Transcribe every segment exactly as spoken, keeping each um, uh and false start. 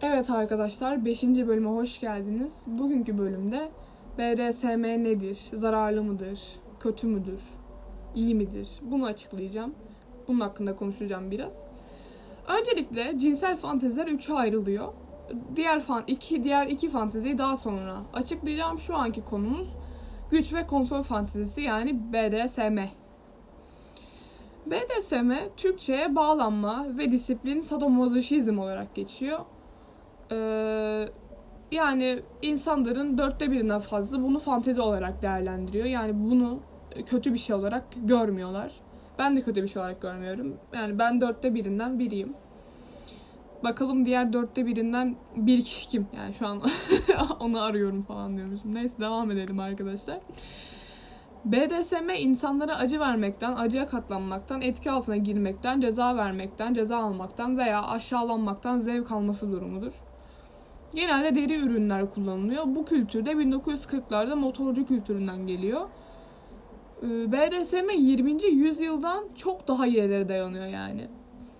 Evet arkadaşlar, beşinci bölüme hoş geldiniz. Bugünkü bölümde B D S M nedir, zararlı mıdır, kötü müdür, iyi midir? Bunu açıklayacağım. Bunun hakkında konuşacağım biraz. Öncelikle cinsel fanteziler üçe ayrılıyor. Diğer fan iki diğer iki fanteziyi daha sonra açıklayacağım. Şu anki konumuz güç ve kontrol fantezisi, yani B D S M. B D S M Türkçe'ye bağlanma ve disiplin sadomazoşizm olarak geçiyor. Ee, yani insanların dörtte birinden fazla bunu fantezi olarak değerlendiriyor. Yani bunu kötü bir şey olarak görmüyorlar. Ben de kötü bir şey olarak görmüyorum. Yani ben dörtte birinden biriyim. Bakalım diğer dörtte birinden bir kişi kim? Yani şu an onu arıyorum falan diyormuşum. Neyse, devam edelim arkadaşlar. B D S M insanlara acı vermekten, acıya katlanmaktan, etki altına girmekten, ceza vermekten, ceza almaktan veya aşağılanmaktan zevk alması durumudur. Genelde deri ürünler kullanılıyor. Bu kültürde bin dokuz yüz kırklarda motorcu kültüründen geliyor. B D S M yirminci yüzyıldan çok daha ileri dayanıyor yani.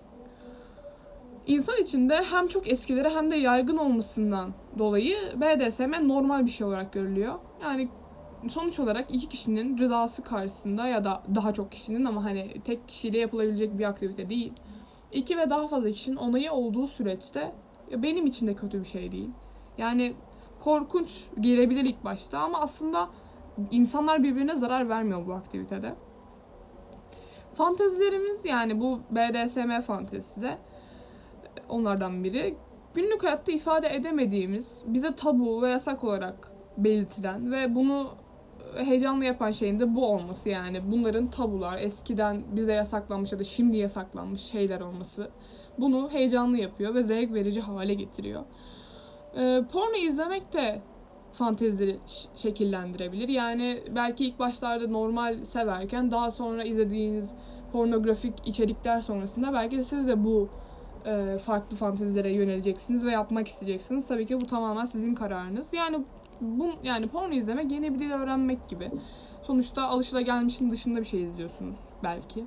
İnsan içinde hem çok eskileri hem de yaygın olmasından dolayı B D S M normal bir şey olarak görülüyor. Yani sonuç olarak iki kişinin rızası karşısında ya da daha çok kişinin, ama hani tek kişiyle yapılabilecek bir aktivite değil. İki ve daha fazla kişinin onayı olduğu süreçte benim için de kötü bir şey değil. Yani korkunç gelebilir ilk başta ama aslında insanlar birbirine zarar vermiyor bu aktivitede. Fantezilerimiz, yani bu B D S M fantezisi de onlardan biri. Günlük hayatta ifade edemediğimiz, bize tabu ve yasak olarak belirtilen ve bunu heyecanlı yapan şeyin de bu olması. Yani bunların tabular, eskiden bize yasaklanmış ya da şimdi yasaklanmış şeyler olması bunu heyecanlı yapıyor ve zevk verici hale getiriyor. Ee, porno izlemek de fantezileri şekillendirebilir. Yani belki ilk başlarda normal severken daha sonra izlediğiniz pornografik içerikler sonrasında belki siz de bu e, farklı fantezilere yöneleceksiniz ve yapmak isteyeceksiniz. Tabii ki bu tamamen sizin kararınız. Yani bu yani porno izlemek yeni bir dil öğrenmek gibi. Sonuçta alışılagelmişin dışında bir şey izliyorsunuz belki.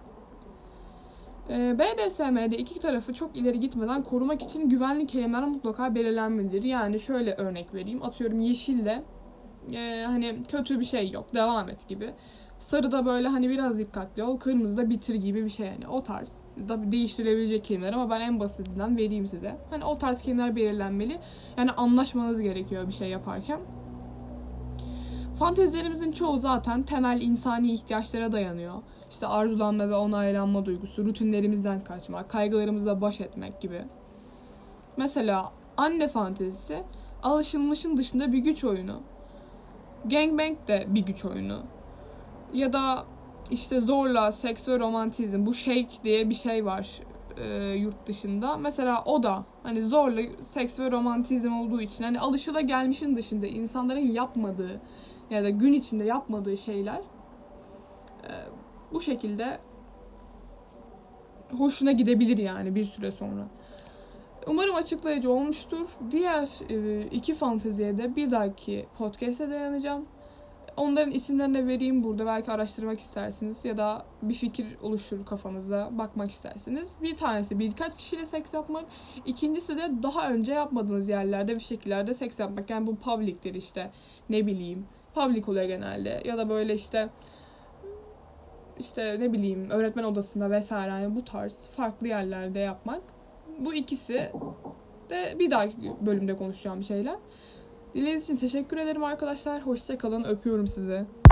B D S M'de iki tarafı çok ileri gitmeden korumak için güvenli kelimeler mutlaka belirlenmelidir. Yani şöyle örnek vereyim. Atıyorum yeşille e, hani kötü bir şey yok, devam et gibi. Sarıda böyle hani biraz dikkatli ol, kırmızıda bitir gibi bir şey, yani o tarz. Tabii değiştirilebilecek kelimeler ama ben en basitinden vereyim size. Hani o tarz kelimeler belirlenmeli. Yani anlaşmanız gerekiyor bir şey yaparken. Fantezilerimizin çoğu zaten temel insani ihtiyaçlara dayanıyor. İşte arzulanma ve onaylanma duygusu, rutinlerimizden kaçmak, kaygılarımızla baş etmek gibi. Mesela anne fantezisi alışılmışın dışında bir güç oyunu. Gangbang de bir güç oyunu. Ya da işte zorla seks ve romantizm, bu shake diye bir şey var e, yurt dışında. Mesela o da hani zorla seks ve romantizm olduğu için hani alışılagelmişin dışında insanların yapmadığı ya da gün içinde yapmadığı şeyler e, bu şekilde hoşuna gidebilir yani bir süre sonra. Umarım açıklayıcı olmuştur. Diğer e, iki fanteziye de bir dahaki podcast'e dayanacağım. Onların isimlerini vereyim burada. Belki araştırmak istersiniz ya da bir fikir oluşur kafanızda, bakmak istersiniz. Bir tanesi birkaç kişiyle seks yapmak. İkincisi de daha önce yapmadığınız yerlerde bir şekillerde seks yapmak. Yani bu public'tir işte, ne bileyim. Public oluyor genelde. Ya da böyle işte işte ne bileyim öğretmen odasında vesaire, yani bu tarz farklı yerlerde yapmak. Bu ikisi de bir dahaki bölümde konuşacağım şeyler. Dinlediğiniz için teşekkür ederim arkadaşlar. Hoşça kalın. Öpüyorum sizi.